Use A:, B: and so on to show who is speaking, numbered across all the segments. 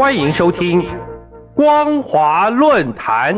A: 欢迎收听光华论坛。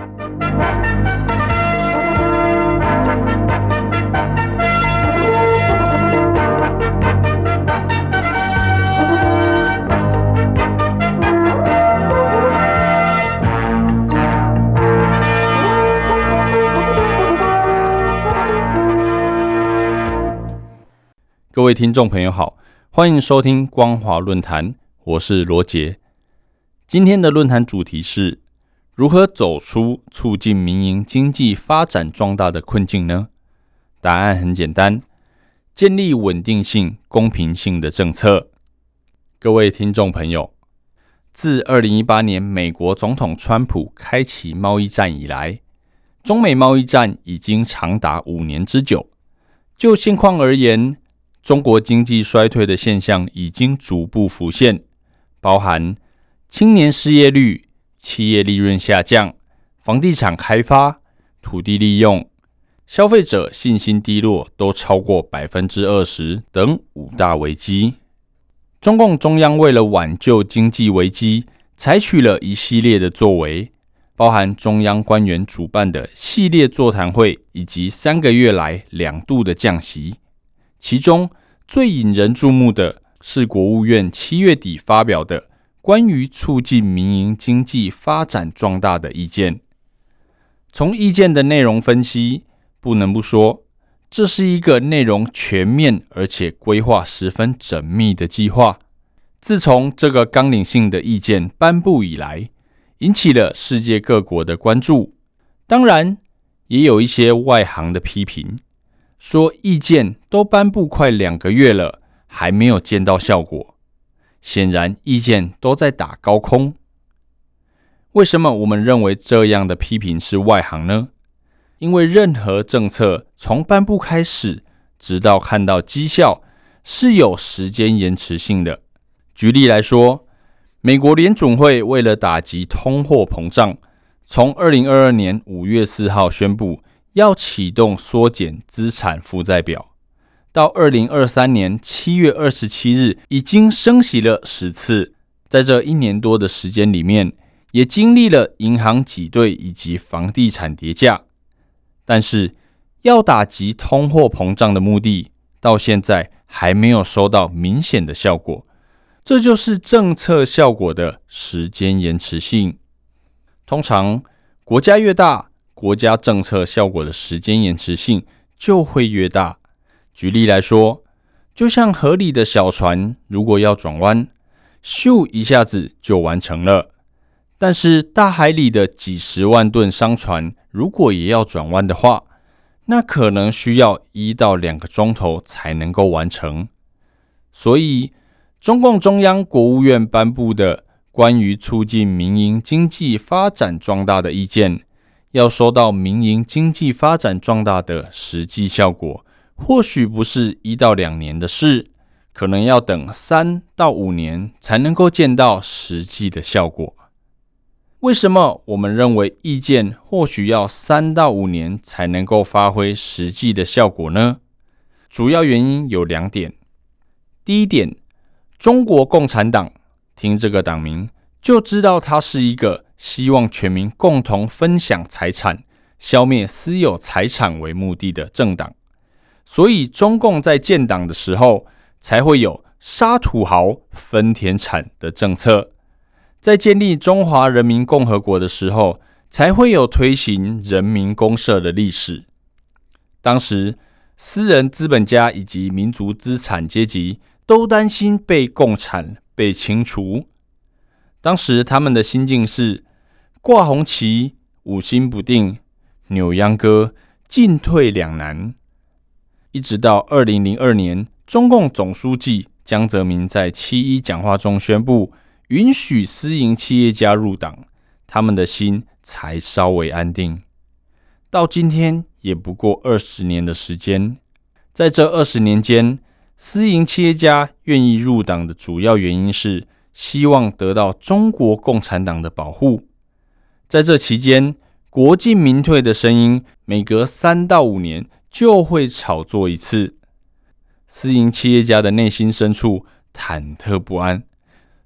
B: 各位听众朋友好，欢迎收听光华论坛，我是罗杰。今天的论坛主题是如何走出促进民营经济发展壮大的困境呢？答案很简单，建立稳定性、公平性的政策。各位听众朋友，自2018年美国总统川普开启贸易战以来，中美贸易战已经长达5年之久。就现况而言，中国经济衰退的现象已经逐步浮现，包含青年失业率、企业利润下降、房地产开发、土地利用、消费者信心低落都超过 20% 等5大危机。中共中央为了挽救经济危机，采取了一系列的作为，包含中央官员主办的系列座谈会，以及3个月来2度的降息。其中最引人注目的是国务院7月底发表的关于促进民营经济发展壮大的意见。从意见的内容分析，不能不说，这是一个内容全面而且规划十分缜密的计划。自从这个纲领性的意见颁布以来，引起了世界各国的关注，当然也有一些外行的批评，说意见都颁布快2个月了，还没有见到效果。显然意见都在打高空。为什么我们认为这样的批评是外行呢？因为任何政策从颁布开始，直到看到绩效，是有时间延迟性的。举例来说，美国联准会为了打击通货膨胀，从2022年5月4号宣布要启动缩减资产负债表，到2023年7月27日已经升息了10次。在这1年多的时间里面，也经历了银行挤兑以及房地产跌价。但是要打击通货膨胀的目的，到现在还没有收到明显的效果。这就是政策效果的时间延迟性。通常国家越大，国家政策效果的时间延迟性就会越大。举例来说，就像河里的小船，如果要转弯，咻一下子就完成了。但是大海里的几十万吨商船，如果也要转弯的话，那可能需要1到2个钟头才能够完成。所以中共中央国务院颁布的关于促进民营经济发展壮大的意见，要收到民营经济发展壮大的实际效果，或许不是1到2年的事，可能要等3到5年才能够见到实际的效果。为什么我们认为意见或许要3到5年才能够发挥实际的效果呢？主要原因有2点。第一点，中国共产党，听这个党名就知道它是一个希望全民共同分享财产、消灭私有财产为目的的政党。所以中共在建党的时候，才会有杀土豪分田产的政策。在建立中华人民共和国的时候，才会有推行人民公社的历史。当时私人资本家以及民族资产阶级都担心被共产被清除。当时他们的心境是挂红旗、五心不定、扭秧歌、进退两难。一直到2002年，中共总书记江泽民在7·1讲话中宣布允许私营企业家入党，他们的心才稍微安定。到今天也不过20年的时间，在这20年间，私营企业家愿意入党的主要原因是希望得到中国共产党的保护。在这期间，国进民退的声音每隔3到5年就会炒作一次。私营企业家的内心深处忐忑不安，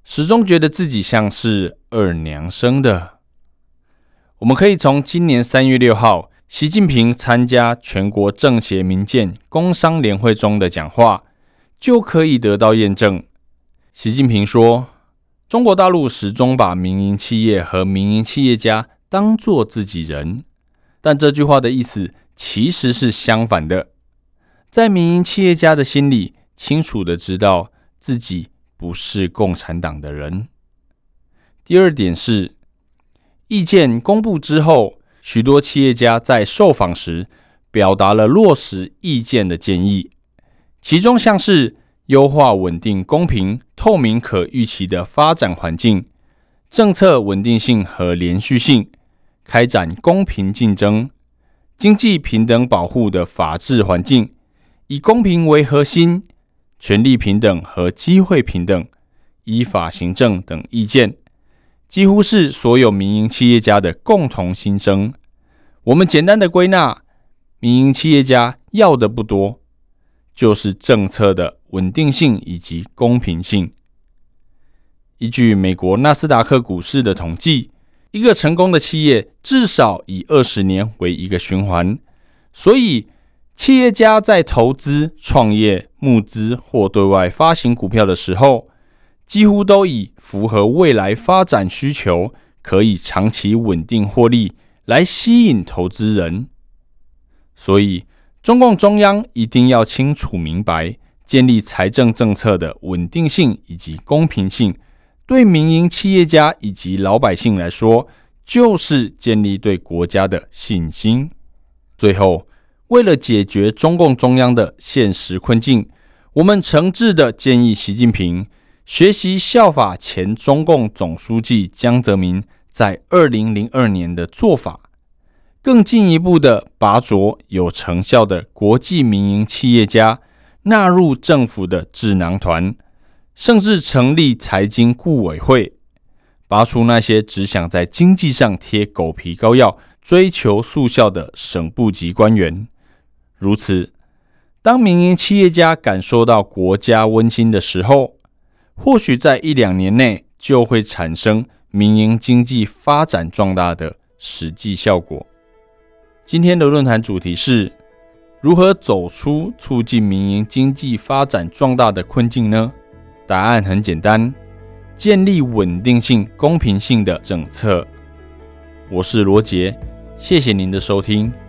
B: 始终觉得自己像是二娘生的。我们可以从今年3月6号习近平参加全国政协民建工商联会中的讲话，就可以得到验证。习近平说，中国大陆始终把民营企业和民营企业家当作自己人，但这句话的意思其实是相反的。在民营企业家的心里，清楚的知道自己不是共产党的人。第二点是，意见公布之后，许多企业家在受访时表达了落实意见的建议，其中像是优化稳定、公平、透明、可预期的发展环境，政策稳定性和连续性，开展公平竞争，经济平等保护的法治环境，以公平为核心，权利平等和机会平等，依法行政等意见，几乎是所有民营企业家的共同心声。我们简单的归纳，民营企业家要的不多，就是政策的稳定性以及公平性。依据美国纳斯达克股市的统计，一个成功的企业至少以20年为一个循环，所以企业家在投资、创业、募资或对外发行股票的时候，几乎都以符合未来发展需求、可以长期稳定获利来吸引投资人。所以中共中央一定要清楚明白，建立财政政策的稳定性以及公平性，对民营企业家以及老百姓来说，就是建立对国家的信心。最后，为了解决中共中央的现实困境，我们诚挚地建议习近平学习效法前中共总书记江泽民在2002年的做法，更进一步的拔擢有成效的国际民营企业家纳入政府的智囊团，甚至成立财经顾委会，拔除那些只想在经济上贴狗皮膏药、追求速效的省部级官员。如此，当民营企业家感受到国家温馨的时候，或许在1-2年内就会产生民营经济发展壮大的实际效果。今天的论坛主题是：如何走出促进民营经济发展壮大的困境呢？答案很简单，建立稳定性、公平性的政策。我是罗杰，谢谢您的收听。